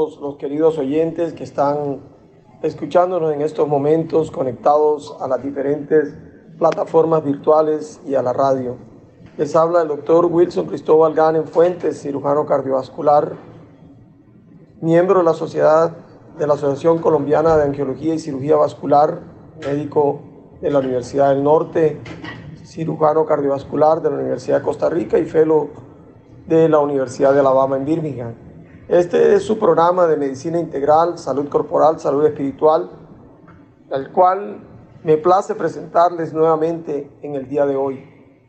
todos los queridos oyentes que están escuchándonos en estos momentos, conectados a las diferentes plataformas virtuales y a la radio. Les habla el doctor Wilson Cristóbal Ganem Fuentes, cirujano cardiovascular, miembro de la Asociación Colombiana de Angiología y Cirugía Vascular, médico de la Universidad del Norte, cirujano cardiovascular de la Universidad de Costa Rica y fellow de la Universidad de Alabama en Birmingham. Este es su programa de medicina integral, salud corporal, salud espiritual, el cual me place presentarles nuevamente en el día de hoy.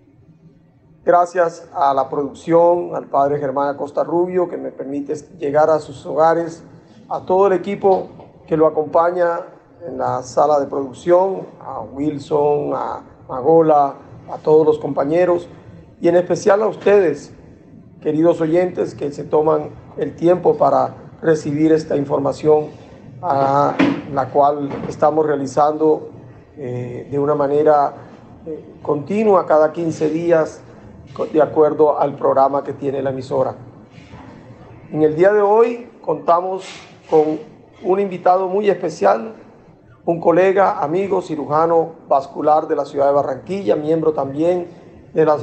Gracias a la producción, al padre Germán Acosta Rubio, que me permite llegar a sus hogares, a todo el equipo que lo acompaña en la sala de producción, a Wilson, a Magola, a todos los compañeros, y en especial a ustedes, queridos oyentes, que se toman el tiempo para recibir esta información, a la cual estamos realizando de una manera continua cada 15 días, de acuerdo al programa que tiene la emisora. En el día de hoy contamos con un invitado muy especial, un colega, amigo, cirujano vascular de la ciudad de Barranquilla, miembro también de la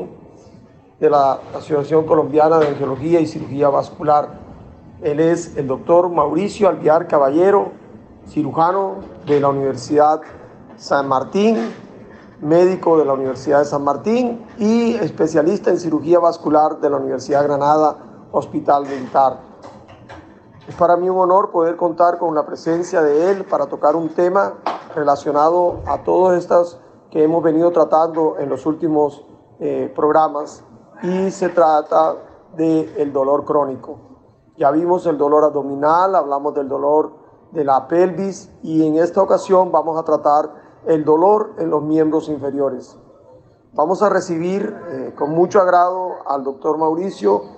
Asociación Colombiana de Angiología y Cirugía Vascular. Él es el doctor Mauricio Alvear Caballero, cirujano de la Universidad San Martín, médico de la Universidad de San Martín y especialista en cirugía vascular de la Universidad de Granada, Hospital Militar. Es para mí un honor poder contar con la presencia de él para tocar un tema relacionado a todos estos que hemos venido tratando en los últimos programas, y se trata del dolor crónico. Ya vimos el dolor abdominal, hablamos del dolor de la pelvis, y en esta ocasión vamos a tratar el dolor en los miembros inferiores. Vamos a recibir con mucho agrado al doctor Mauricio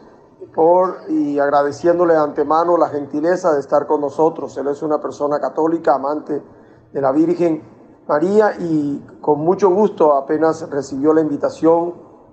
y agradeciéndole de antemano la gentileza de estar con nosotros. Él es una persona católica, amante de la Virgen María, y con mucho gusto apenas recibió la invitación,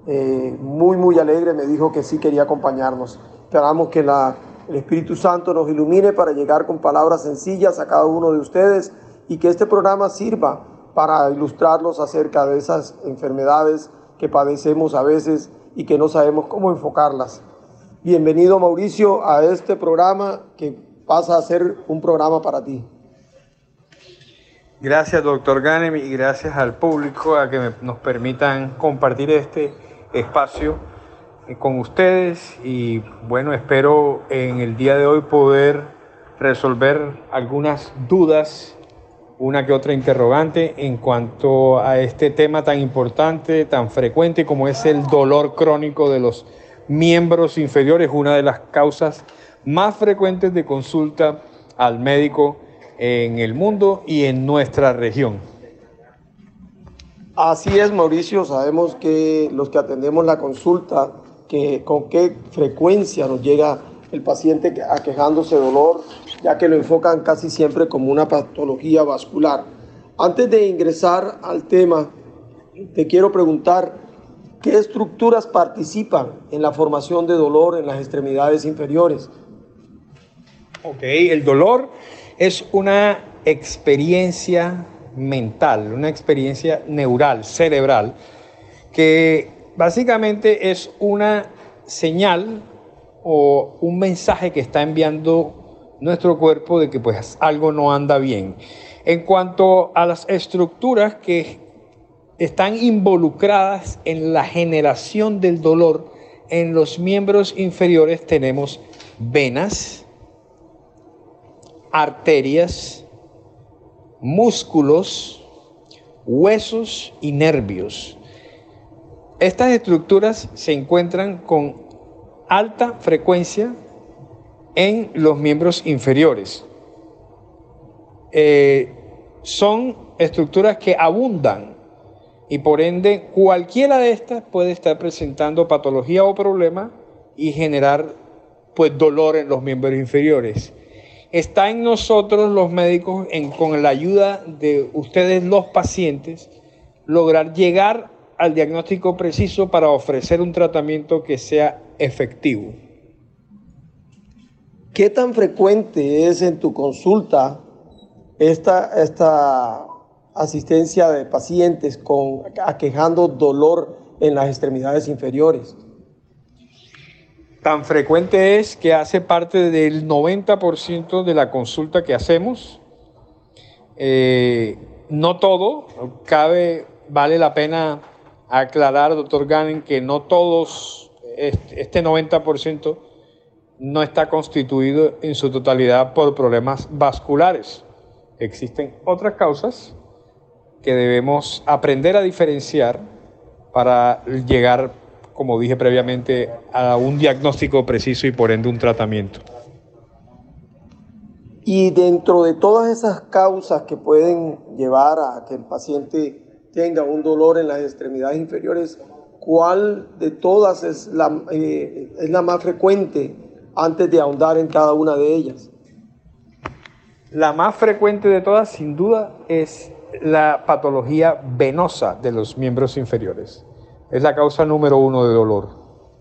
muy alegre, me dijo que sí quería acompañarnos. Esperamos que el Espíritu Santo nos ilumine para llegar con palabras sencillas a cada uno de ustedes, y que este programa sirva para ilustrarlos acerca de esas enfermedades que padecemos a veces y que no sabemos cómo enfocarlas. Bienvenido, Mauricio, a este programa que pasa a ser un programa para ti. Gracias, doctor Ganem, y gracias al público a que nos permitan compartir este espacio con ustedes. Y bueno, espero en el día de hoy poder resolver algunas dudas, una que otra interrogante en cuanto a este tema tan importante, tan frecuente como es el dolor crónico de los miembros inferiores, una de las causas más frecuentes de consulta al médico en el mundo y en nuestra región. Así es, Mauricio, sabemos que los que atendemos la consulta, que con qué frecuencia nos llega el paciente aquejándose de dolor, ya que lo enfocan casi siempre como una patología vascular. Antes de ingresar al tema, te quiero preguntar, ¿qué estructuras participan en la formación de dolor en las extremidades inferiores? Ok, el dolor es una experiencia mental, una experiencia neural, cerebral, que básicamente es una señal o un mensaje que está enviando nuestro cuerpo de que pues algo no anda bien. En cuanto a las estructuras que están involucradas en la generación del dolor en los miembros inferiores, tenemos venas, arterias, músculos, huesos y nervios. Estas estructuras se encuentran con alta frecuencia en los miembros inferiores. Son estructuras que abundan, y por ende cualquiera de estas puede estar presentando patología o problema y generar pues dolor en los miembros inferiores. Está en nosotros los médicos, con la ayuda de ustedes los pacientes, lograr llegar al diagnóstico preciso para ofrecer un tratamiento que sea efectivo. ¿Qué tan frecuente es en tu consulta esta asistencia de pacientes aquejando dolor en las extremidades inferiores? Tan frecuente es que hace parte del 90% de la consulta que hacemos. No todo, vale la pena aclarar, doctor Ganen, que no todos, este 90% no está constituido en su totalidad por problemas vasculares. Existen otras causas que debemos aprender a diferenciar para llegar, como dije previamente, a un diagnóstico preciso y por ende un tratamiento. Y dentro de todas esas causas que pueden llevar a que el paciente tenga un dolor en las extremidades inferiores, ¿cuál de todas es la más frecuente antes de ahondar en cada una de ellas? La más frecuente de todas, sin duda, es la patología venosa de los miembros inferiores. Es la causa número 1 de dolor.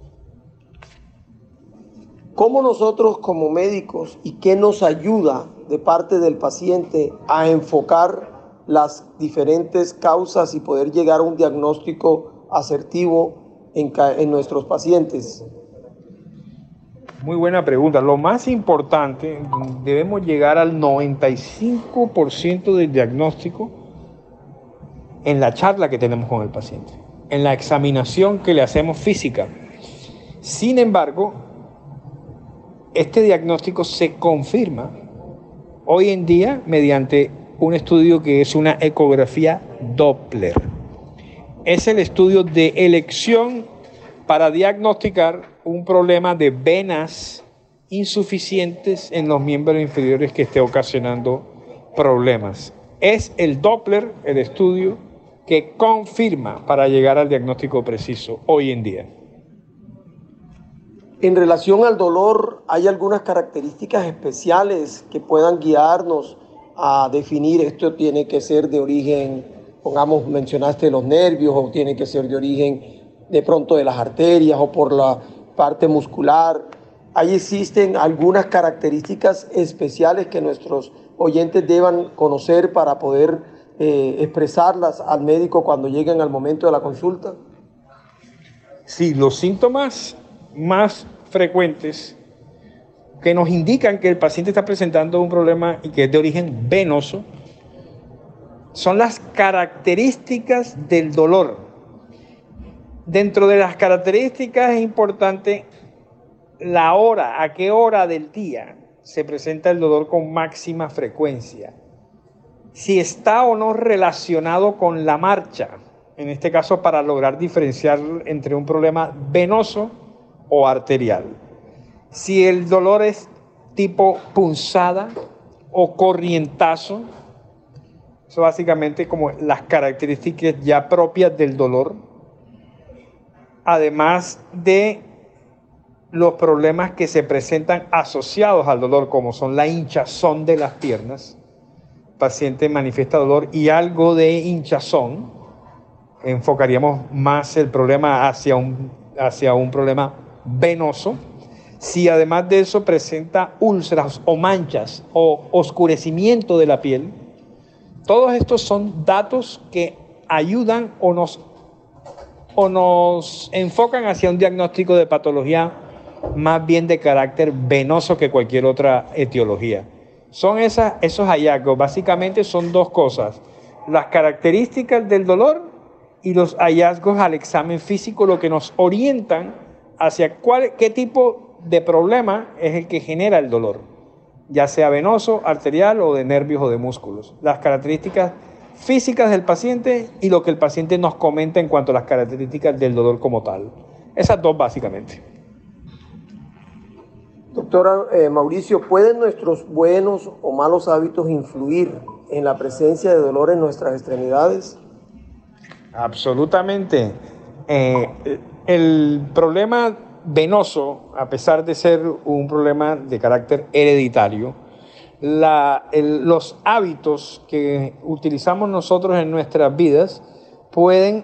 ¿Cómo nosotros como médicos y qué nos ayuda de parte del paciente a enfocar las diferentes causas y poder llegar a un diagnóstico asertivo en nuestros pacientes? Muy buena pregunta. Lo más importante, debemos llegar al 95% del diagnóstico en la charla que tenemos con el paciente, en la examinación que le hacemos física. Sin embargo, este diagnóstico se confirma hoy en día mediante un estudio que es una ecografía Doppler. Es el estudio de elección para diagnosticar un problema de venas insuficientes en los miembros inferiores que esté ocasionando problemas. Es el Doppler, el estudio que confirma para llegar al diagnóstico preciso hoy en día. En relación al dolor, ¿hay algunas características especiales que puedan guiarnos a definir esto tiene que ser de origen, pongamos, mencionaste los nervios, o tiene que ser de origen de pronto de las arterias o por la parte muscular? ¿Ahí existen algunas características especiales que nuestros oyentes deban conocer para poder expresarlas al médico cuando lleguen al momento de la consulta? Sí, los síntomas más frecuentes que nos indican que el paciente está presentando un problema y que es de origen venoso son las características del dolor. Dentro de las características es importante la hora, a qué hora del día se presenta el dolor con máxima frecuencia, si está o no relacionado con la marcha, en este caso para lograr diferenciar entre un problema venoso o arterial. Si el dolor es tipo punzada o corrientazo, eso básicamente como las características ya propias del dolor, además de los problemas que se presentan asociados al dolor, como son la hinchazón de las piernas. El paciente manifiesta dolor y algo de hinchazón. Enfocaríamos más el problema hacia un problema venoso. Si además de eso presenta úlceras o manchas o oscurecimiento de la piel, todos estos son datos que ayudan o nos enfocan hacia un diagnóstico de patología más bien de carácter venoso que cualquier otra etiología. Son esos hallazgos, básicamente son dos cosas: las características del dolor y los hallazgos al examen físico, lo que nos orientan hacia qué tipo de problema es el que genera el dolor, ya sea venoso, arterial o de nervios o de músculos. Las características físicas del paciente y lo que el paciente nos comenta en cuanto a las características del dolor como tal. Esas dos básicamente. Doctora Mauricio, ¿pueden nuestros buenos o malos hábitos influir en la presencia de dolor en nuestras extremidades? Absolutamente. El problema venoso, a pesar de ser un problema de carácter hereditario, los hábitos que utilizamos nosotros en nuestras vidas pueden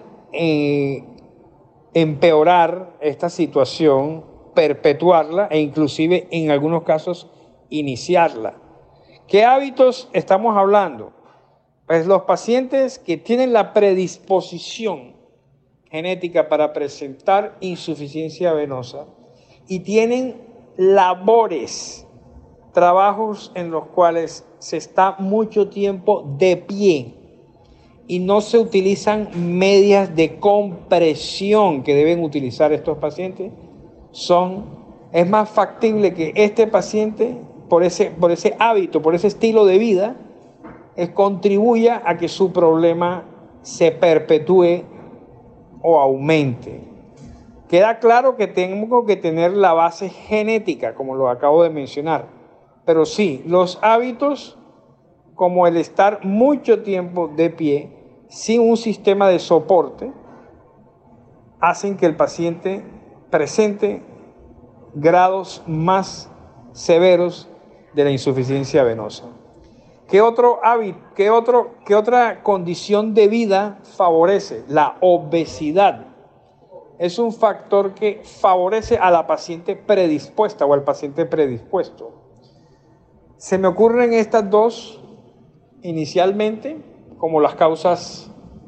empeorar esta situación, perpetuarla e inclusive en algunos casos iniciarla. ¿Qué hábitos estamos hablando? Pues los pacientes que tienen la predisposición genética para presentar insuficiencia venosa y tienen labores, trabajos en los cuales se está mucho tiempo de pie y no se utilizan medias de compresión que deben utilizar estos pacientes, es más factible que este paciente, por ese hábito, por ese estilo de vida, contribuya a que su problema se perpetúe o aumente. Queda claro que tengo que tener la base genética, como lo acabo de mencionar, pero sí, los hábitos, como el estar mucho tiempo de pie, sin un sistema de soporte, hacen que el paciente presente grados más severos de la insuficiencia venosa. ¿Qué otra condición de vida favorece? La obesidad. Es un factor que favorece a la paciente predispuesta o al paciente predispuesto. Se me ocurren estas dos inicialmente como las causas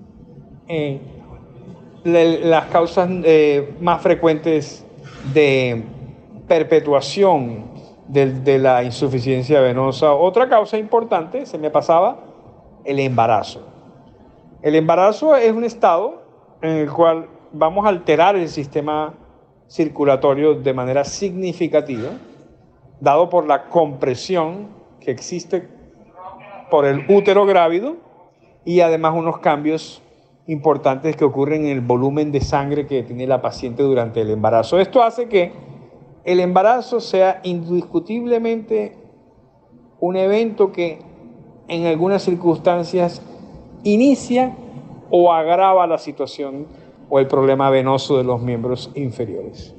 más frecuentes de perpetuación de la insuficiencia venosa. Otra causa importante, se me pasaba, el embarazo. El embarazo es un estado en el cual vamos a alterar el sistema circulatorio de manera significativa, dado por la compresión que existe por el útero grávido y además unos cambios importantes que ocurren en el volumen de sangre que tiene la paciente durante el embarazo. Esto hace que el embarazo sea indiscutiblemente un evento que en algunas circunstancias inicia o agrava la situación o el problema venoso de los miembros inferiores.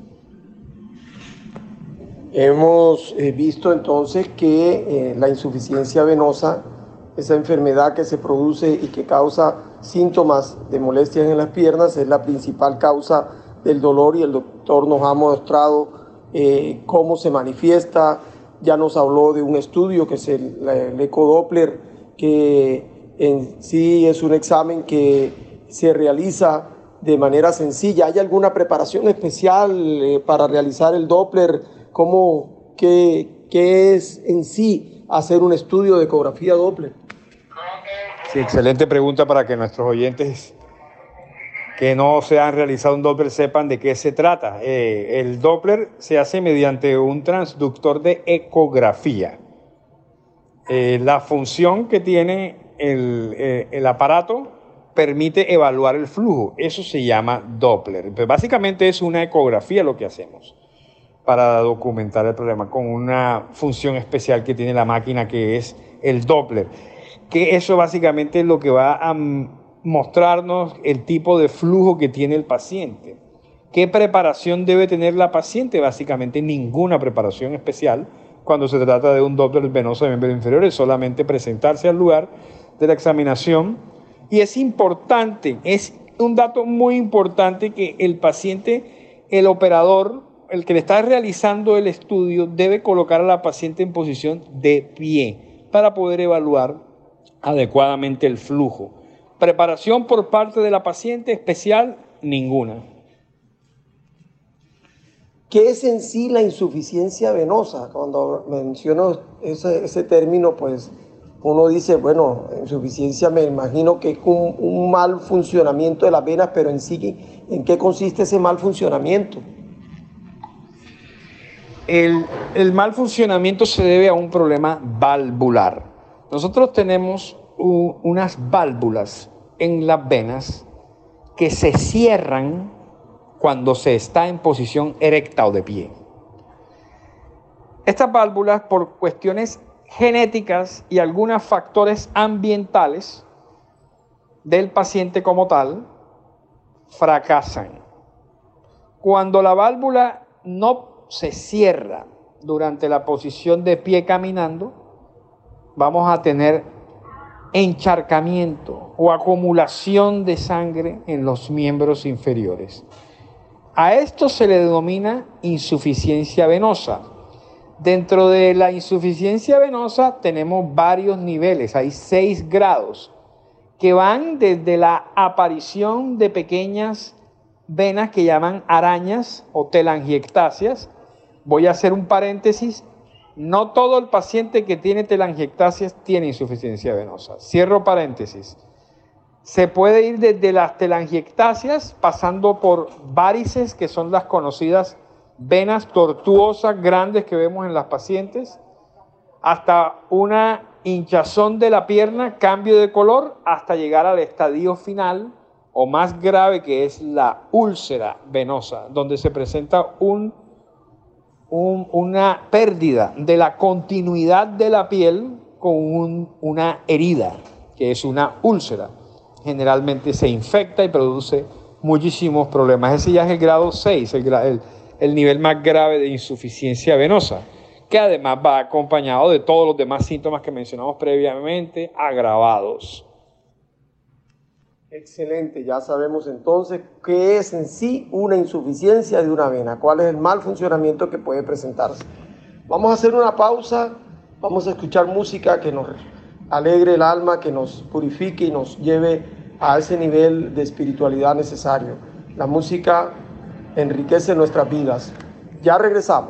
Hemos visto entonces que la insuficiencia venosa, esa enfermedad que se produce y que causa síntomas de molestias en las piernas, es la principal causa del dolor, y el doctor nos ha mostrado cómo se manifiesta. Ya nos habló de un estudio que es el ecodoppler, que en sí es un examen que se realiza de manera sencilla. ¿Hay alguna preparación especial para realizar el Doppler? ¿Qué es en sí hacer un estudio de ecografía Doppler? Sí, excelente pregunta para que nuestros oyentes que no se han realizado un Doppler sepan de qué se trata. El Doppler se hace mediante un transductor de ecografía. La función que tiene el aparato permite evaluar el flujo. Eso se llama Doppler. Pues básicamente es una ecografía lo que hacemos para documentar el problema con una función especial que tiene la máquina, que es el Doppler. Que eso básicamente es lo que va a mostrarnos el tipo de flujo que tiene el paciente. ¿Qué preparación debe tener la paciente? Básicamente ninguna preparación especial cuando se trata de un Doppler venoso de miembros inferiores, solamente presentarse al lugar de la examinación. Y es importante, es un dato muy importante, que el paciente, el operador, el que le está realizando el estudio, debe colocar a la paciente en posición de pie para poder evaluar adecuadamente el flujo. Preparación por parte de la paciente especial, ninguna. ¿Qué es en sí la insuficiencia venosa? Cuando menciono ese término, pues uno dice, bueno, insuficiencia me imagino que es un mal funcionamiento de las venas, pero en sí, ¿en qué consiste ese mal funcionamiento? El mal funcionamiento se debe a un problema valvular. Nosotros tenemos unas válvulas en las venas que se cierran cuando se está en posición erecta o de pie. Estas válvulas, por cuestiones genéticas y algunos factores ambientales del paciente como tal, fracasan. Cuando la válvula no se cierra durante la posición de pie caminando, vamos a tener encharcamiento o acumulación de sangre en los miembros inferiores. A esto se le denomina insuficiencia venosa. Dentro de la insuficiencia venosa tenemos varios niveles, hay 6 grados que van desde la aparición de pequeñas venas que llaman arañas o telangiectasias. Voy a hacer un paréntesis, no todo el paciente que tiene telangiectasias tiene insuficiencia venosa. Cierro paréntesis. Se puede ir desde las telangiectasias pasando por varices, que son las conocidas venas tortuosas grandes que vemos en las pacientes, hasta una hinchazón de la pierna, cambio de color, hasta llegar al estadio final o más grave, que es la úlcera venosa, donde se presenta una pérdida de la continuidad de la piel con una herida, que es una úlcera. Generalmente se infecta y produce muchísimos problemas. Ese ya es el grado 6, el nivel más grave de insuficiencia venosa, que además va acompañado de todos los demás síntomas que mencionamos previamente, agravados. Excelente, ya sabemos entonces qué es en sí una insuficiencia de una vena, cuál es el mal funcionamiento que puede presentarse. Vamos a hacer una pausa, vamos a escuchar música que nos alegre el alma, que nos purifique y nos lleve a ese nivel de espiritualidad necesario. La música enriquece nuestras vidas. Ya regresamos.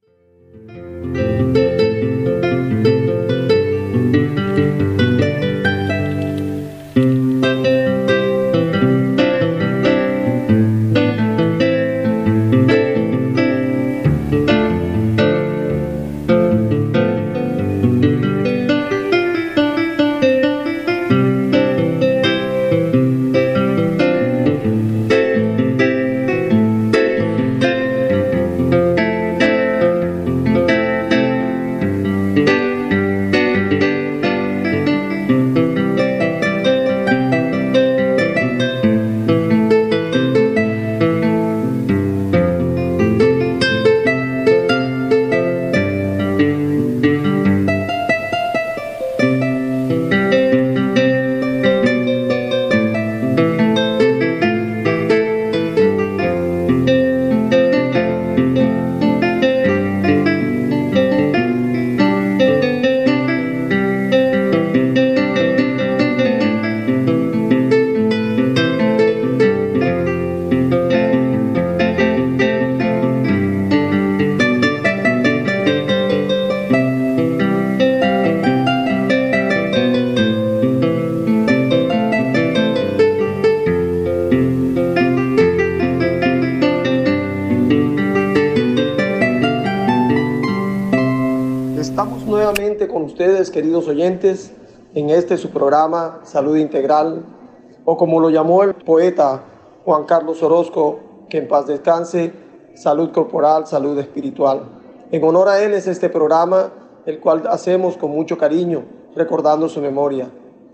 Estamos nuevamente con ustedes, queridos oyentes, en este su programa Salud Integral, o como lo llamó el poeta Juan Carlos Orozco, que en paz descanse, salud corporal, salud espiritual. En honor a él es este programa, el cual hacemos con mucho cariño, recordando su memoria.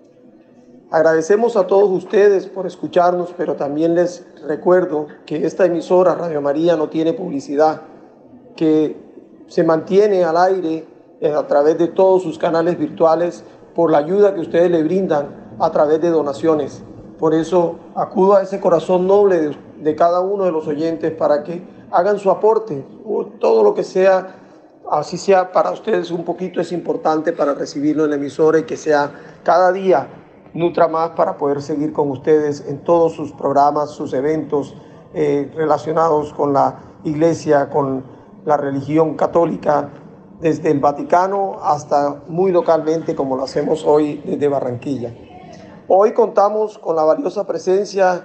Agradecemos a todos ustedes por escucharnos, pero también les recuerdo que esta emisora Radio María no tiene publicidad, que se mantiene al aire a través de todos sus canales virtuales por la ayuda que ustedes le brindan a través de donaciones. Por eso acudo a ese corazón noble de cada uno de los oyentes para que hagan su aporte, todo lo que sea, así sea para ustedes un poquito, es importante para recibirlo en la emisora y que sea cada día nutra más para poder seguir con ustedes en todos sus programas, sus eventos relacionados con la Iglesia, con la religión católica, desde el Vaticano hasta muy localmente, como lo hacemos hoy desde Barranquilla. Hoy contamos con la valiosa presencia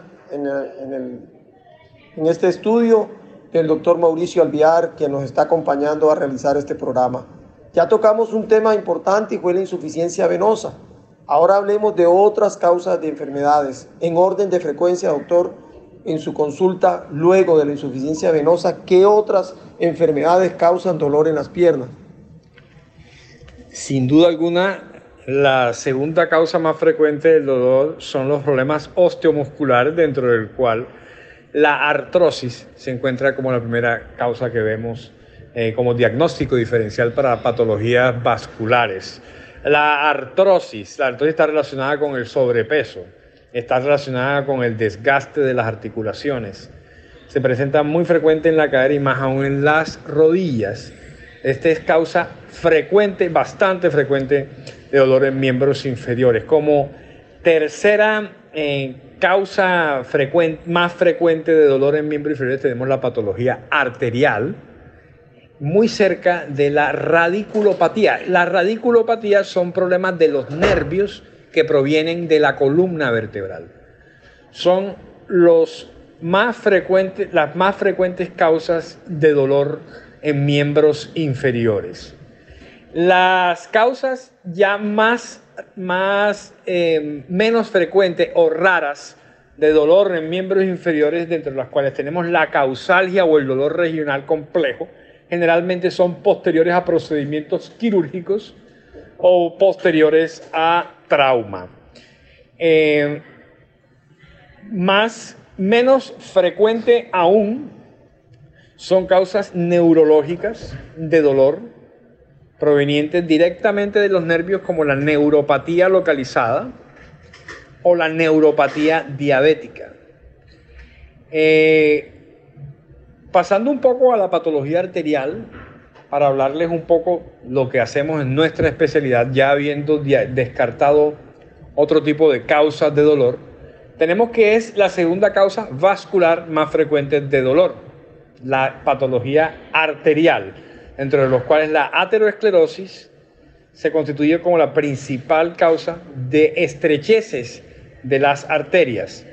en este estudio del doctor Mauricio Alvear, que nos está acompañando a realizar este programa. Ya tocamos un tema importante y fue la insuficiencia venosa. Ahora hablemos de otras causas de enfermedades. En orden de frecuencia, doctor, en su consulta, luego de la insuficiencia venosa, ¿qué otras enfermedades causan dolor en las piernas? Sin duda alguna, la segunda causa más frecuente del dolor son los problemas osteomusculares, dentro del cual la artrosis se encuentra como la primera causa que vemos como diagnóstico diferencial para patologías vasculares. La artrosis está relacionada con el sobrepeso, está relacionada con el desgaste de las articulaciones. Se presenta muy frecuente en la cadera y más aún en las rodillas. Este es causa frecuente, bastante frecuente, de dolor en miembros inferiores. Como tercera causa más frecuente de dolor en miembros inferiores tenemos la patología arterial, muy cerca de la radiculopatía. La radiculopatía son problemas de los nervios que provienen de la columna vertebral. Son las más frecuentes causas de dolor en miembros inferiores. Las causas ya menos frecuentes o raras de dolor en miembros inferiores, dentro de las cuales tenemos la causalgia o el dolor regional complejo, generalmente son posteriores a procedimientos quirúrgicos o posteriores a trauma. Menos frecuente aún son causas neurológicas de dolor provenientes directamente de los nervios, como la neuropatía localizada o la neuropatía diabética. Pasando un poco a la patología arterial, para hablarles un poco lo que hacemos en nuestra especialidad, ya habiendo descartado otro tipo de causas de dolor, tenemos que es la segunda causa vascular más frecuente de dolor, la patología arterial, entre los cuales la aterosclerosis se constituye como la principal causa de estrecheces de las arterias.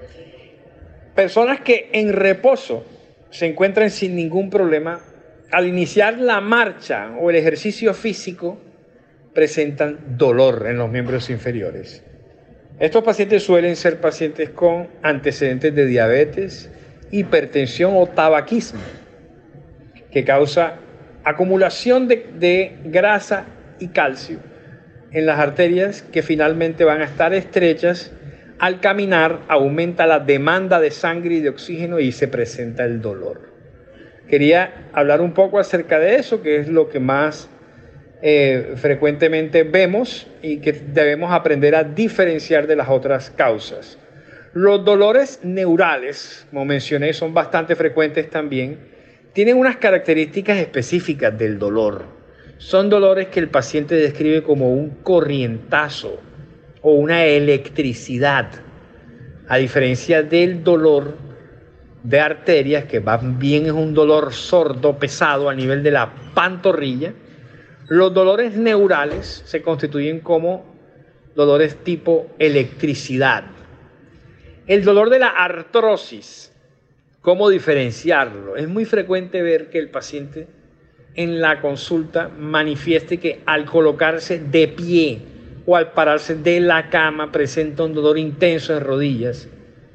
Personas que en reposo se encuentran sin ningún problema, al iniciar la marcha o el ejercicio físico, presentan dolor en los miembros inferiores. Estos pacientes suelen ser pacientes con antecedentes de diabetes, hipertensión o tabaquismo, que causa acumulación de grasa y calcio en las arterias, que finalmente van a estar estrechas. Al caminar aumenta la demanda de sangre y de oxígeno y se presenta el dolor. Quería hablar un poco acerca de eso, que es lo que más frecuentemente vemos y que debemos aprender a diferenciar de las otras causas. Los dolores neurales, como mencioné, son bastante frecuentes también. Tienen unas características específicas del dolor. Son dolores que el paciente describe como un corrientazo o una electricidad, a diferencia del dolor de arterias, que más bien es un dolor sordo, pesado, a nivel de la pantorrilla. Los dolores neurales se constituyen como dolores tipo electricidad. El dolor de la artrosis, ¿cómo diferenciarlo? Es muy frecuente ver que el paciente en la consulta manifieste que al colocarse de pie o al pararse de la cama presenta un dolor intenso en rodillas.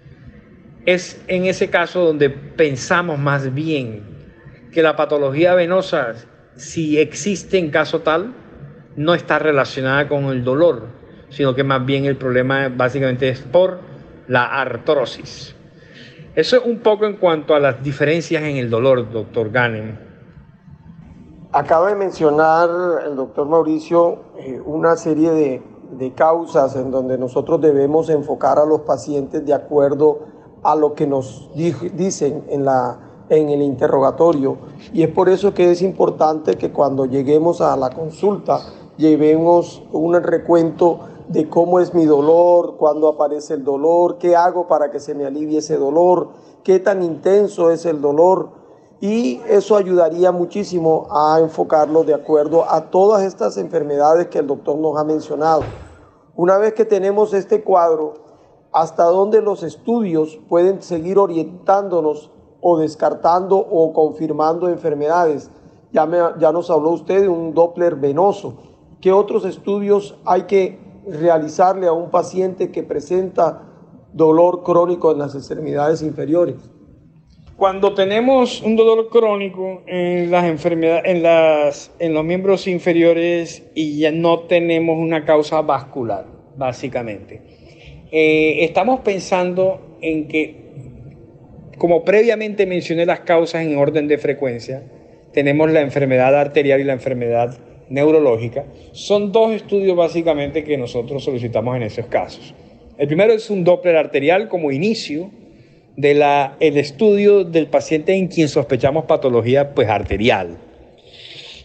Es en ese caso donde pensamos más bien que la patología venosa, si existe en caso tal, no está relacionada con el dolor, sino que más bien el problema básicamente es por la artrosis. Eso es un poco en cuanto a las diferencias en el dolor, doctor Ghanem. Acaba de mencionar el doctor Mauricio una serie de causas en donde nosotros debemos enfocar a los pacientes de acuerdo a lo que nos dicen en el interrogatorio, y es por eso que es importante que cuando lleguemos a la consulta llevemos un recuento de cómo es mi dolor, cuándo aparece el dolor, qué hago para que se me alivie ese dolor, qué tan intenso es el dolor, y eso ayudaría muchísimo a enfocarlo de acuerdo a todas estas enfermedades que el doctor nos ha mencionado. Una vez que tenemos este cuadro, hasta dónde los estudios pueden seguir orientándonos o descartando o confirmando enfermedades. Ya nos habló usted de un Doppler venoso. ¿Qué otros estudios hay que realizarle a un paciente que presenta dolor crónico en las extremidades inferiores? Cuando tenemos un dolor crónico en las enfermedades, en los miembros inferiores, y ya no tenemos una causa vascular, básicamente, estamos pensando en que, como previamente mencioné las causas en orden de frecuencia, tenemos la enfermedad arterial y la enfermedad neurológica. Son dos estudios básicamente que nosotros solicitamos en esos casos. El primero es un Doppler arterial como inicio del estudio del paciente en quien sospechamos patología arterial.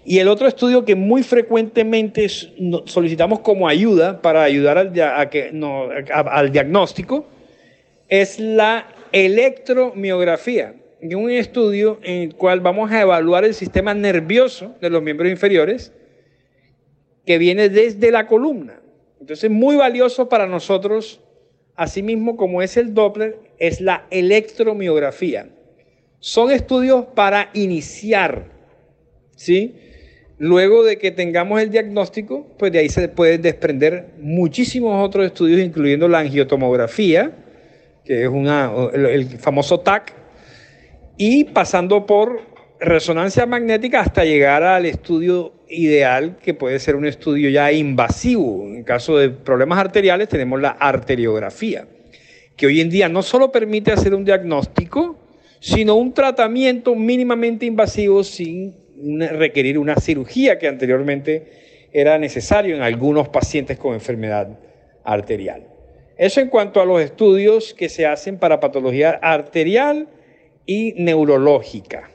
Y el otro estudio que muy frecuentemente solicitamos como ayuda para ayudar al diagnóstico es la electromiografía, que es un estudio en el cual vamos a evaluar el sistema nervioso de los miembros inferiores que viene desde la columna. Entonces, muy valioso para nosotros, asimismo como es el Doppler, es la electromiografía. Son estudios para iniciar, ¿sí? Luego de que tengamos el diagnóstico, pues de ahí se pueden desprender muchísimos otros estudios, incluyendo la angiotomografía, que es el famoso TAC, y pasando por resonancia magnética hasta llegar al estudio ideal, que puede ser un estudio ya invasivo. En caso de problemas arteriales tenemos la arteriografía, que hoy en día no solo permite hacer un diagnóstico, sino un tratamiento mínimamente invasivo sin requerir una cirugía que anteriormente era necesario en algunos pacientes con enfermedad arterial. Eso en cuanto a los estudios que se hacen para patología arterial y neurológica.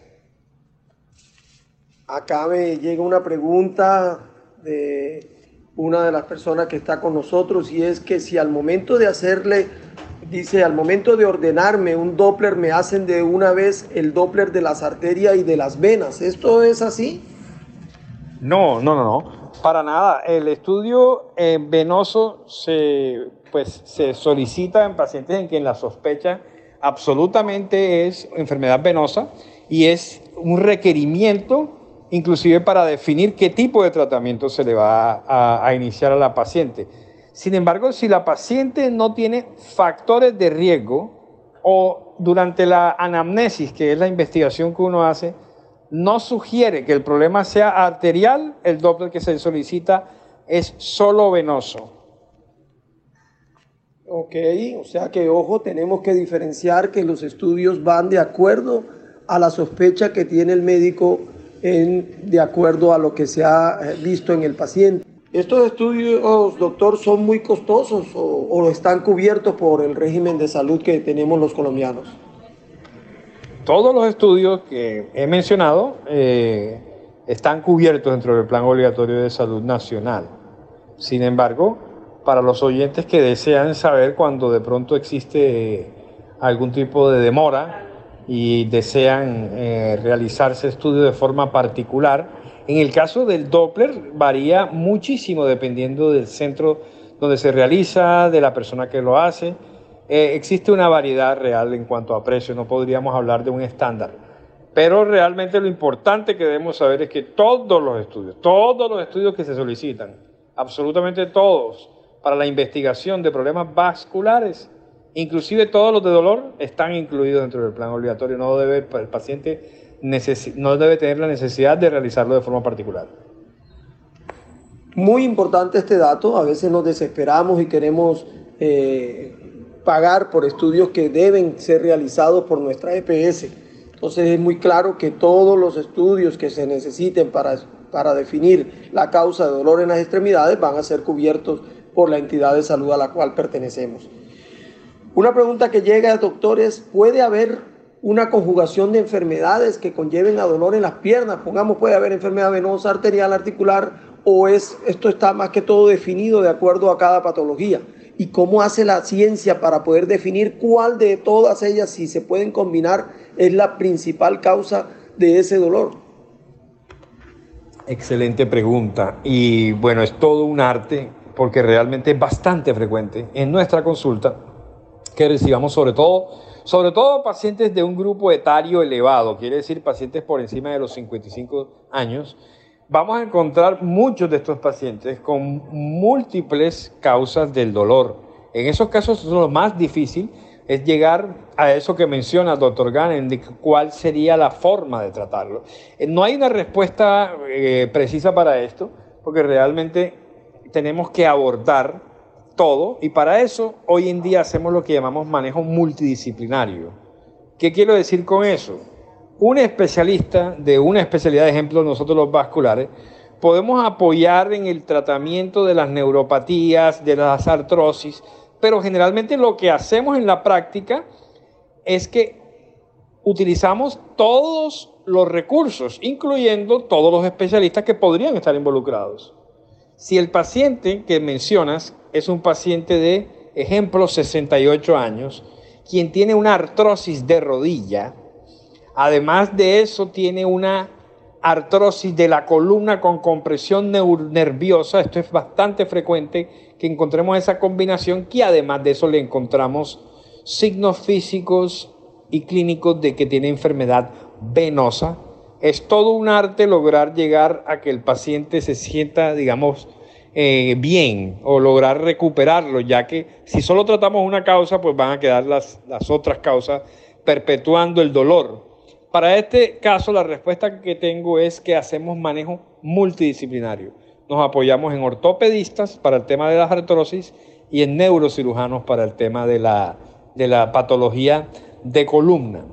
Acá me llega una pregunta de una de las personas que está con nosotros, y es que si al momento de hacerle, dice, al momento de ordenarme un Doppler, me hacen de una vez el Doppler de las arterias y de las venas. ¿Esto es así? No, para nada. El estudio venoso se solicita en pacientes en quien la sospecha absolutamente es enfermedad venosa, y es un requerimiento inclusive para definir qué tipo de tratamiento se le va a iniciar a la paciente. Sin embargo, si la paciente no tiene factores de riesgo o durante la anamnesis, que es la investigación que uno hace, no sugiere que el problema sea arterial, el Doppler que se solicita es solo venoso. Ok, o sea que, ojo, tenemos que diferenciar que los estudios van de acuerdo a la sospecha que tiene el médico, de acuerdo a lo que se ha visto en el paciente. ¿Estos estudios, doctor, son muy costosos o están cubiertos por el régimen de salud que tenemos los colombianos? Todos los estudios que he mencionado están cubiertos dentro del Plan Obligatorio de Salud Nacional. Sin embargo, para los oyentes que desean saber cuando de pronto existe algún tipo de demora y desean realizarse estudios de forma particular, en el caso del Doppler varía muchísimo dependiendo del centro donde se realiza, de la persona que lo hace. Existe una variedad real en cuanto a precio, no podríamos hablar de un estándar. Pero realmente lo importante que debemos saber es que todos los estudios que se solicitan, absolutamente todos, para la investigación de problemas vasculares, inclusive todos los de dolor, están incluidos dentro del plan obligatorio. El paciente no debe tener la necesidad de realizarlo de forma particular. Muy importante este dato. A veces nos desesperamos y queremos pagar por estudios que deben ser realizados por nuestra EPS. Entonces es muy claro que todos los estudios que se necesiten para definir la causa de dolor en las extremidades van a ser cubiertos por la entidad de salud a la cual pertenecemos. Una pregunta que llega, doctores: ¿puede haber una conjugación de enfermedades que conlleven a dolor en las piernas? Pongamos, puede haber enfermedad venosa, arterial, articular, o esto está más que todo definido de acuerdo a cada patología. ¿Y cómo hace la ciencia para poder definir cuál de todas ellas, si se pueden combinar, es la principal causa de ese dolor? Excelente pregunta. Y bueno, es todo un arte, porque realmente es bastante frecuente en nuestra consulta que recibamos sobre todo pacientes de un grupo etario elevado, quiere decir pacientes por encima de los 55 años. Vamos a encontrar muchos de estos pacientes con múltiples causas del dolor. En esos casos lo más difícil es llegar a eso que menciona el doctor Ganem, de cuál sería la forma de tratarlo. No hay una respuesta precisa para esto, porque realmente tenemos que abordar todo, y para eso hoy en día hacemos lo que llamamos manejo multidisciplinario. ¿Qué quiero decir con eso? Un especialista de una especialidad, de ejemplo, nosotros los vasculares, podemos apoyar en el tratamiento de las neuropatías, de las artrosis, pero generalmente lo que hacemos en la práctica es que utilizamos todos los recursos, incluyendo todos los especialistas que podrían estar involucrados. Si el paciente que mencionas es un paciente de, ejemplo, 68 años, quien tiene una artrosis de rodilla, además de eso tiene una artrosis de la columna con compresión nerviosa, esto es bastante frecuente que encontremos esa combinación, que además de eso le encontramos signos físicos y clínicos de que tiene enfermedad venosa. Es todo un arte lograr llegar a que el paciente se sienta, digamos, bien, o lograr recuperarlo, ya que si solo tratamos una causa, pues van a quedar las otras causas perpetuando el dolor. Para este caso, la respuesta que tengo es que hacemos manejo multidisciplinario. Nos apoyamos en ortopedistas para el tema de las artrosis y en neurocirujanos para el tema de la patología de columna.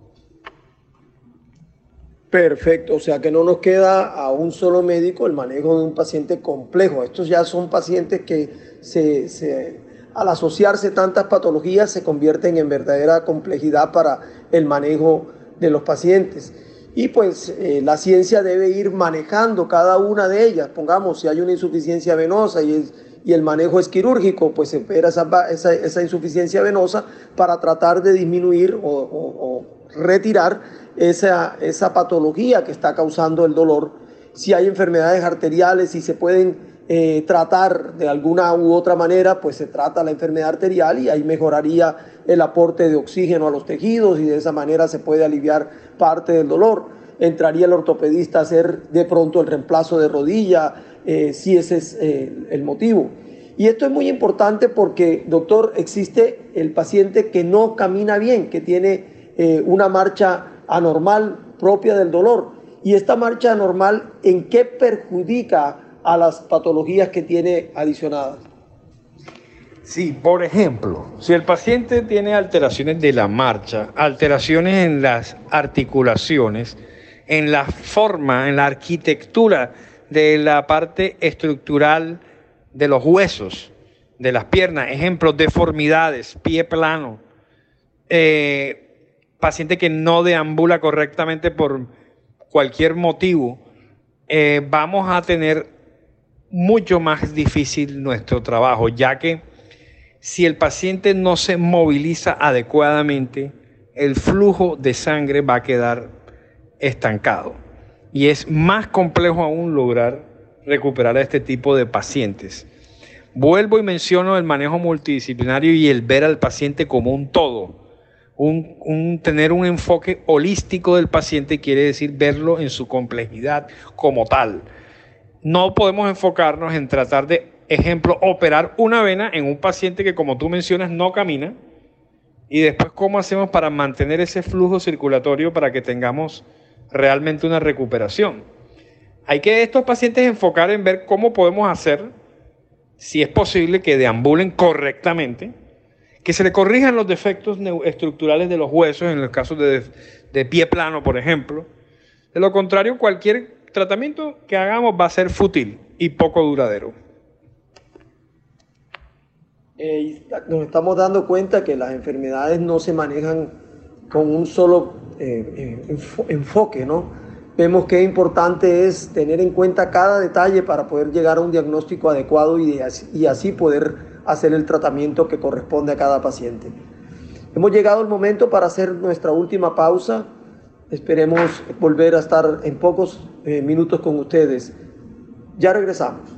Perfecto, o sea que no nos queda a un solo médico el manejo de un paciente complejo. Estos ya son pacientes que al asociarse tantas patologías se convierten en verdadera complejidad para el manejo de los pacientes. Y pues la ciencia debe ir manejando cada una de ellas. Pongamos, si hay una insuficiencia venosa y el manejo es quirúrgico, pues se opera esa insuficiencia venosa para tratar de disminuir o retirar esa patología que está causando el dolor. Si hay enfermedades arteriales y se pueden tratar de alguna u otra manera, pues se trata la enfermedad arterial y ahí mejoraría el aporte de oxígeno a los tejidos y de esa manera se puede aliviar parte del dolor. Entraría el ortopedista a hacer de pronto el reemplazo de rodilla, si ese es el motivo. Y esto es muy importante porque, doctor, existe el paciente que no camina bien, que tiene una marcha anormal propia del dolor. Y esta marcha anormal, ¿en qué perjudica a las patologías que tiene adicionadas? Sí, por ejemplo, si el paciente tiene alteraciones de la marcha, alteraciones en las articulaciones, en la forma, en la arquitectura de la parte estructural de los huesos, de las piernas, ejemplo, deformidades, pie plano, paciente que no deambula correctamente por cualquier motivo, vamos a tener mucho más difícil nuestro trabajo, ya que si el paciente no se moviliza adecuadamente, el flujo de sangre va a quedar estancado. Y es más complejo aún lograr recuperar a este tipo de pacientes. Vuelvo y menciono el manejo multidisciplinario y el ver al paciente como un todo. Tener un enfoque holístico del paciente quiere decir verlo en su complejidad como tal. No podemos enfocarnos en tratar de, ejemplo, operar una vena en un paciente que, como tú mencionas, no camina, y después cómo hacemos para mantener ese flujo circulatorio para que tengamos realmente una recuperación. Hay que estos pacientes enfocar en ver cómo podemos hacer, si es posible, que deambulen correctamente, que se le corrijan los defectos estructurales de los huesos, en los casos de pie plano, por ejemplo. De lo contrario, cualquier tratamiento que hagamos va a ser fútil y poco duradero. Nos estamos dando cuenta que las enfermedades no se manejan con un solo enfoque, ¿no? Vemos que importante es tener en cuenta cada detalle para poder llegar a un diagnóstico adecuado y así poder hacer el tratamiento que corresponde a cada paciente. Hemos llegado al momento para hacer nuestra última pausa. Esperemos volver a estar en pocos minutos con ustedes. Ya regresamos.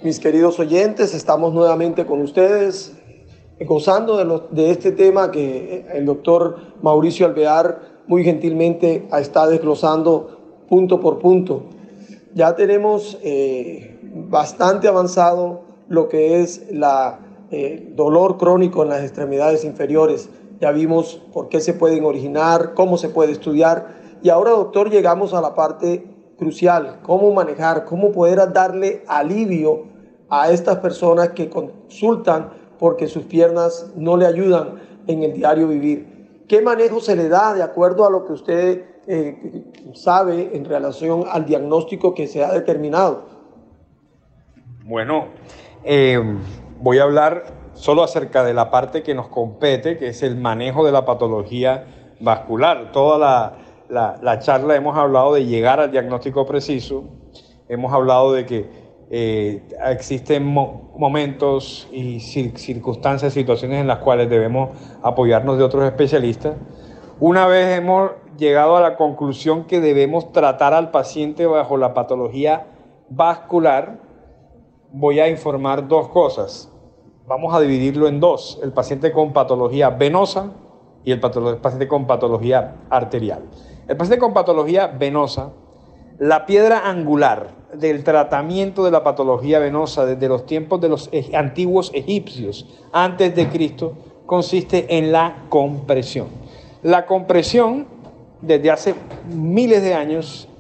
mis queridos oyentes, estamos nuevamente con ustedes, gozando de este tema que el doctor Mauricio Alvear muy gentilmente está desglosando punto por punto. Ya tenemos bastante avanzado lo que es el dolor crónico en las extremidades inferiores. Ya vimos por qué se pueden originar, cómo se puede estudiar. Y ahora, doctor, llegamos a la parte crucial: cómo manejar, cómo poder darle alivio a estas personas que consultan porque sus piernas no le ayudan en el diario vivir. ¿Qué manejo se le da de acuerdo a lo que usted sabe en relación al diagnóstico que se ha determinado? Bueno, voy a hablar solo acerca de la parte que nos compete, que es el manejo de la patología vascular. Toda la charla hemos hablado de llegar al diagnóstico preciso, hemos hablado de que existen momentos y circunstancias, situaciones en las cuales debemos apoyarnos de otros especialistas. Una vez hemos llegado a la conclusión que debemos tratar al paciente bajo la patología vascular, voy a informar dos cosas. Vamos a dividirlo en dos: el paciente con patología venosa y el paciente con patología arterial. El paciente con patología venosa, la piedra angular del tratamiento de la patología venosa desde los tiempos de los antiguos egipcios, antes de Cristo, consiste en la compresión. La compresión, desde hace miles de años,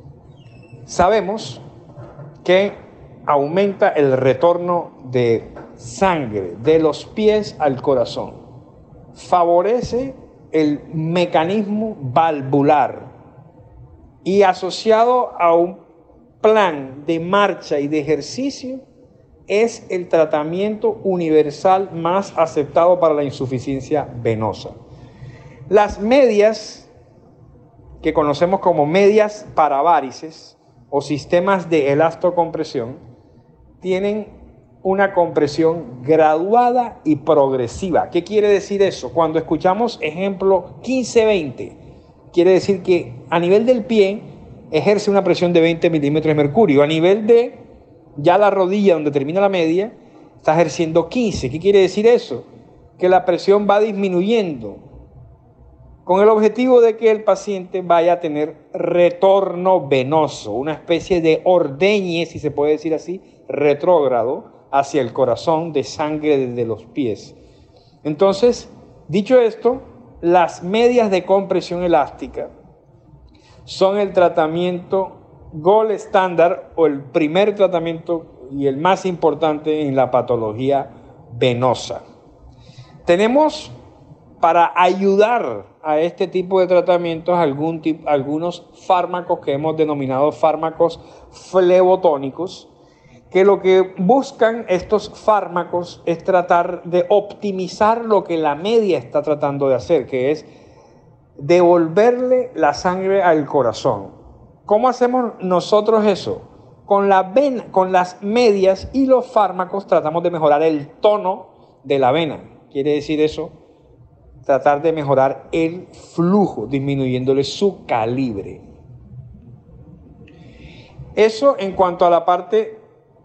sabemos que aumenta el retorno de sangre de los pies al corazón, favorece el mecanismo valvular y, asociado a un plan de marcha y de ejercicio, es el tratamiento universal más aceptado para la insuficiencia venosa. Las medias, que conocemos como medias para varices o sistemas de elastocompresión, tienen una compresión graduada y progresiva. ¿Qué quiere decir eso? Cuando escuchamos ejemplo 15-20, quiere decir que a nivel del pie ejerce una presión de 20 milímetros de mercurio. A nivel de ya la rodilla, donde termina la media, está ejerciendo 15. ¿Qué quiere decir eso? Que la presión va disminuyendo, con el objetivo de que el paciente vaya a tener retorno venoso, una especie de ordeñe, si se puede decir así, retrógrado hacia el corazón de sangre desde los pies. Entonces, dicho esto, las medias de compresión elástica son el tratamiento gold estándar o el primer tratamiento y el más importante en la patología venosa. Tenemos, para ayudar a este tipo de tratamientos, algunos fármacos que hemos denominado fármacos flebotónicos, que lo que buscan estos fármacos es tratar de optimizar lo que la media está tratando de hacer, que es devolverle la sangre al corazón. ¿Cómo hacemos nosotros eso? Con las medias y los fármacos tratamos de mejorar el tono de la vena. ¿Quiere decir eso? Tratar de mejorar el flujo, disminuyéndole su calibre. Eso en cuanto a la parte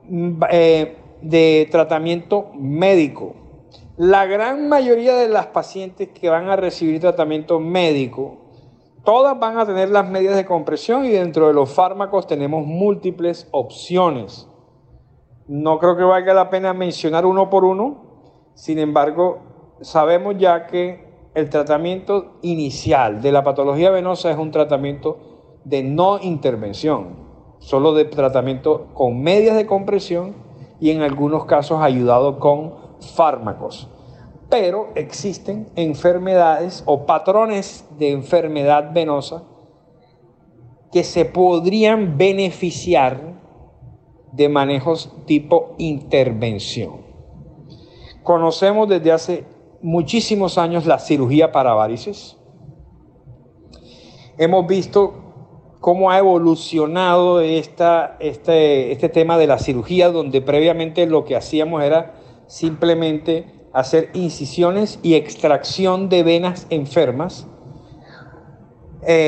de tratamiento médico. La gran mayoría de las pacientes que van a recibir tratamiento médico, todas van a tener las medias de compresión, y dentro de los fármacos tenemos múltiples opciones. No creo que valga la pena mencionar uno por uno. Sin embargo, sabemos ya que el tratamiento inicial de la patología venosa es un tratamiento de no intervención, solo de tratamiento con medias de compresión y en algunos casos ayudado con fármacos. Pero existen enfermedades o patrones de enfermedad venosa que se podrían beneficiar de manejos tipo intervención. Conocemos desde hace muchísimos años la cirugía para varices. Hemos visto cómo ha evolucionado este tema de la cirugía, donde previamente lo que hacíamos era simplemente hacer incisiones y extracción de venas enfermas,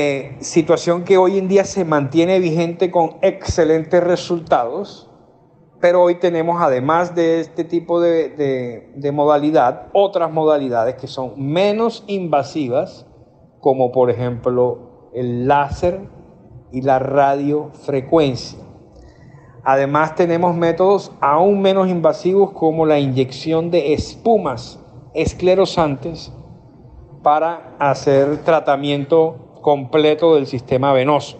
situación que hoy en día se mantiene vigente con excelentes resultados, Pero hoy tenemos, además de este tipo de modalidad, otras modalidades que son menos invasivas, como por ejemplo el láser y la radiofrecuencia. Además tenemos métodos aún menos invasivos como la inyección de espumas esclerosantes para hacer tratamiento completo del sistema venoso.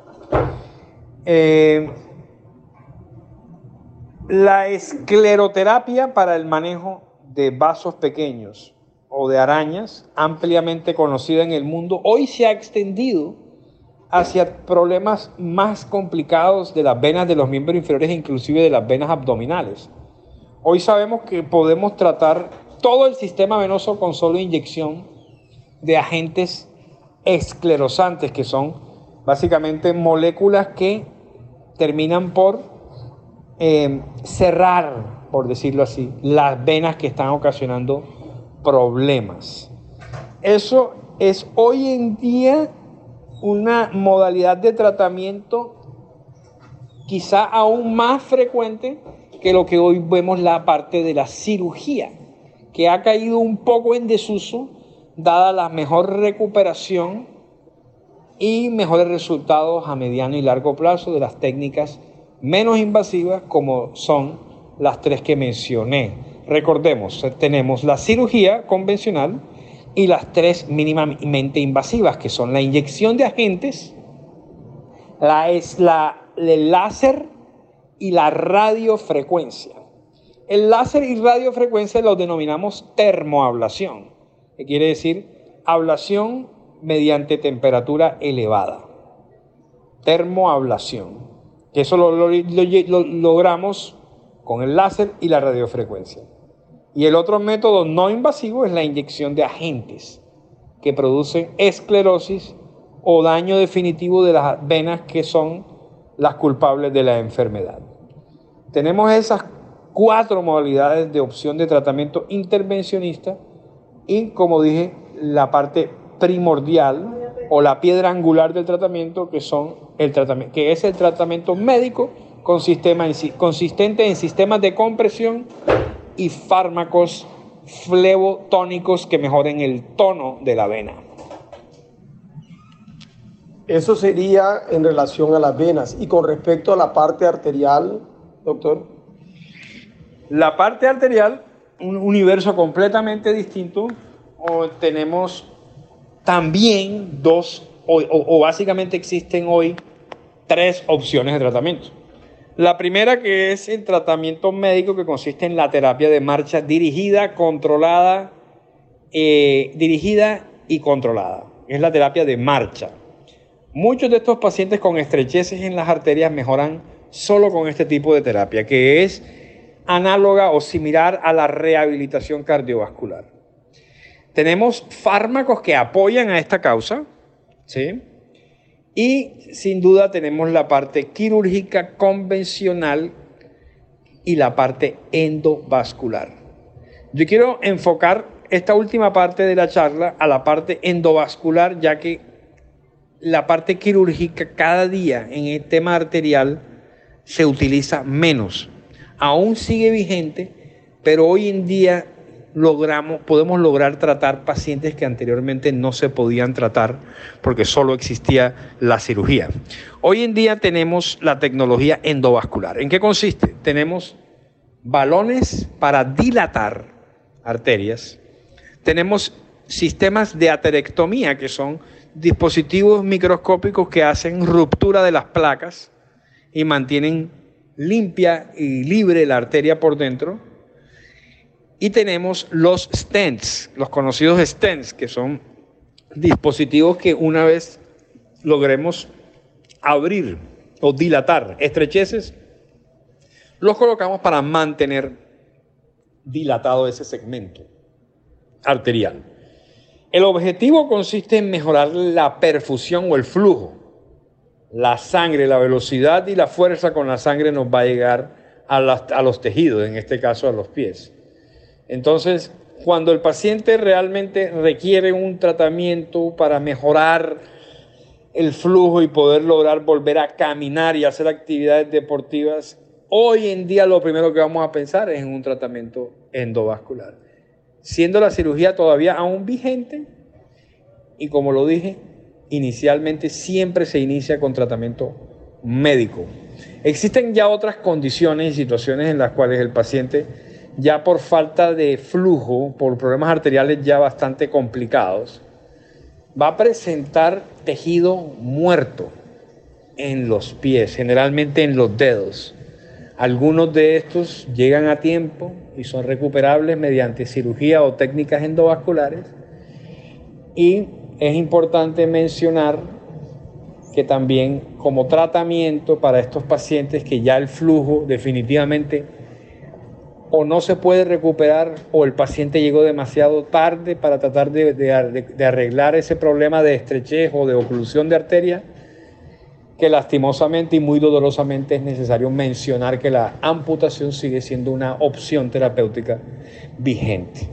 La escleroterapia para el manejo de vasos pequeños o de arañas, ampliamente conocida en el mundo, hoy se ha extendido hacia problemas más complicados de las venas de los miembros inferiores e inclusive de las venas abdominales. Hoy sabemos que podemos tratar todo el sistema venoso con solo inyección de agentes esclerosantes, que son básicamente moléculas que terminan por cerrar, por decirlo así, las venas que están ocasionando problemas. Eso es hoy en día una modalidad de tratamiento quizá aún más frecuente que lo que hoy vemos la parte de la cirugía, que ha caído un poco en desuso dada la mejor recuperación y mejores resultados a mediano y largo plazo de las técnicas menos invasivas, como son las tres que mencioné. Recordemos, tenemos la cirugía convencional y las tres mínimamente invasivas, que son la inyección de agentes, el láser y la radiofrecuencia. El láser y radiofrecuencia los denominamos termoablación, que quiere decir ablación mediante temperatura elevada. Termoablación, que eso lo logramos con el láser y la radiofrecuencia. Y el otro método no invasivo es la inyección de agentes que producen esclerosis o daño definitivo de las venas, que son las culpables de la enfermedad. Tenemos esas 4 modalidades de opción de tratamiento intervencionista y, como dije, la parte primordial o la piedra angular del tratamiento, que es el tratamiento médico consistente en sistemas de compresión y fármacos flebotónicos que mejoren el tono de la vena. Eso sería en relación a las venas. Y con respecto a la parte arterial, doctor. La parte arterial, un universo completamente distinto. Tenemos también básicamente existen hoy 3 opciones de tratamiento. La primera, que es el tratamiento médico, que consiste en la terapia de marcha dirigida y controlada. Es la terapia de marcha. Muchos de estos pacientes con estrecheces en las arterias mejoran solo con este tipo de terapia, que es análoga o similar a la rehabilitación cardiovascular. Tenemos fármacos que apoyan a esta causa, ¿sí? Y sin duda tenemos la parte quirúrgica convencional y la parte endovascular. Yo quiero enfocar esta última parte de la charla a la parte endovascular, ya que la parte quirúrgica cada día en el tema arterial se utiliza menos. Aún sigue vigente, pero hoy en día podemos lograr tratar pacientes que anteriormente no se podían tratar porque solo existía la cirugía. Hoy en día tenemos la tecnología endovascular. ¿En qué consiste? Tenemos balones para dilatar arterias. Tenemos sistemas de aterectomía, que son dispositivos microscópicos que hacen ruptura de las placas y mantienen limpia y libre la arteria por dentro. Y tenemos los stents, los conocidos stents, que son dispositivos que una vez logremos abrir o dilatar estrecheces, los colocamos para mantener dilatado ese segmento arterial. El objetivo consiste en mejorar la perfusión o el flujo. La sangre, la velocidad y la fuerza con la sangre nos va a llegar a los tejidos, en este caso a los pies. Entonces, cuando el paciente realmente requiere un tratamiento para mejorar el flujo y poder lograr volver a caminar y hacer actividades deportivas, hoy en día lo primero que vamos a pensar es en un tratamiento endovascular, siendo la cirugía todavía aún vigente y, como lo dije, inicialmente siempre se inicia con tratamiento médico. Existen ya otras condiciones y situaciones en las cuales el paciente, ya por falta de flujo, por problemas arteriales ya bastante complicados, va a presentar tejido muerto en los pies, generalmente en los dedos. Algunos de estos llegan a tiempo y son recuperables mediante cirugía o técnicas endovasculares. Y es importante mencionar que también, como tratamiento para estos pacientes que ya el flujo definitivamente o no se puede recuperar o el paciente llegó demasiado tarde para tratar de arreglar ese problema de estrechez o de oclusión de arteria, que lastimosamente y muy dolorosamente es necesario mencionar que la amputación sigue siendo una opción terapéutica vigente.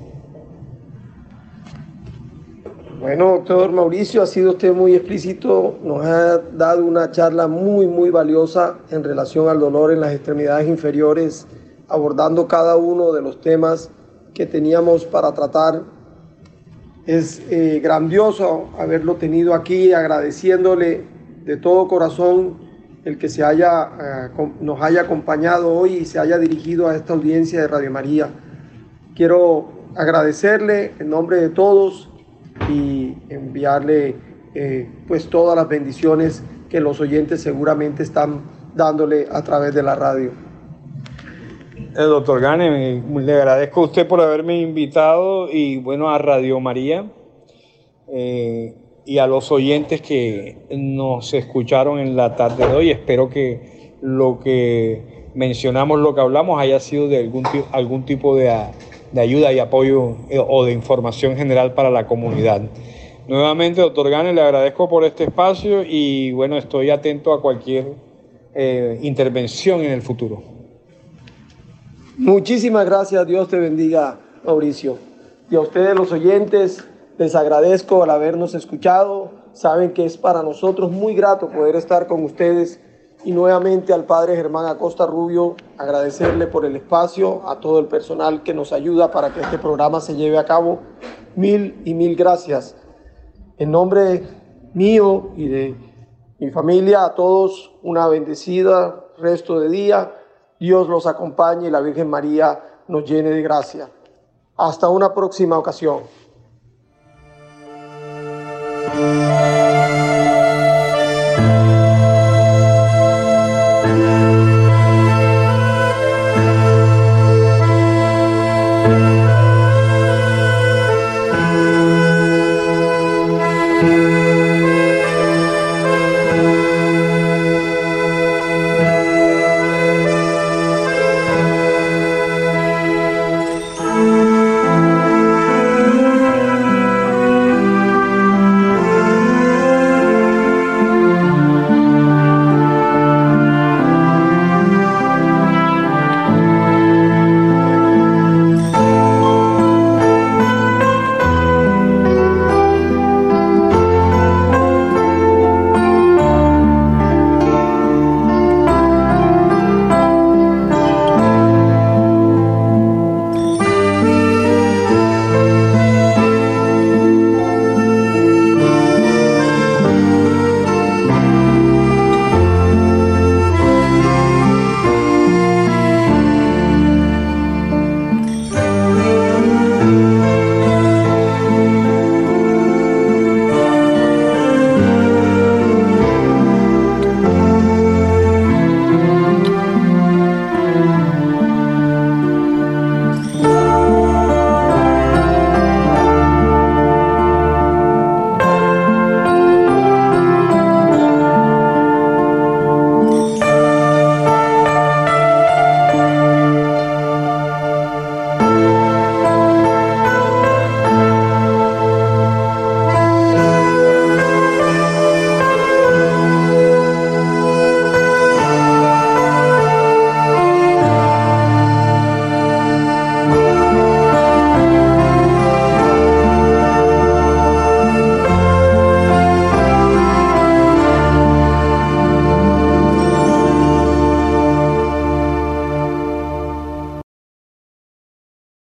Bueno, doctor Mauricio, ha sido usted muy explícito, nos ha dado una charla muy valiosa en relación al dolor en las extremidades inferiores, abordando cada uno de los temas que teníamos para tratar. Es grandioso haberlo tenido aquí, agradeciéndole de todo corazón el que nos haya acompañado hoy y se haya dirigido a esta audiencia de Radio María. Quiero agradecerle en nombre de todos y enviarle pues todas las bendiciones que los oyentes seguramente están dándole a través de la radio. Doctor Gane, le agradezco a usted por haberme invitado y bueno, a Radio María y a los oyentes que nos escucharon en la tarde de hoy. Espero que lo que mencionamos, lo que hablamos, haya sido de algún tipo de ayuda y apoyo o de información general para la comunidad. Nuevamente, doctor Gane, le agradezco por este espacio y bueno, estoy atento a cualquier intervención en el futuro. Muchísimas gracias, Dios te bendiga, Mauricio. Y a ustedes, los oyentes, les agradezco al habernos escuchado. Saben que es para nosotros muy grato poder estar con ustedes. Y nuevamente al padre Germán Acosta Rubio, agradecerle por el espacio, a todo el personal que nos ayuda para que este programa se lleve a cabo. Mil gracias. En nombre mío y de mi familia, a todos una bendecida resto de día. Dios los acompañe y la Virgen María nos llene de gracia. Hasta una próxima ocasión.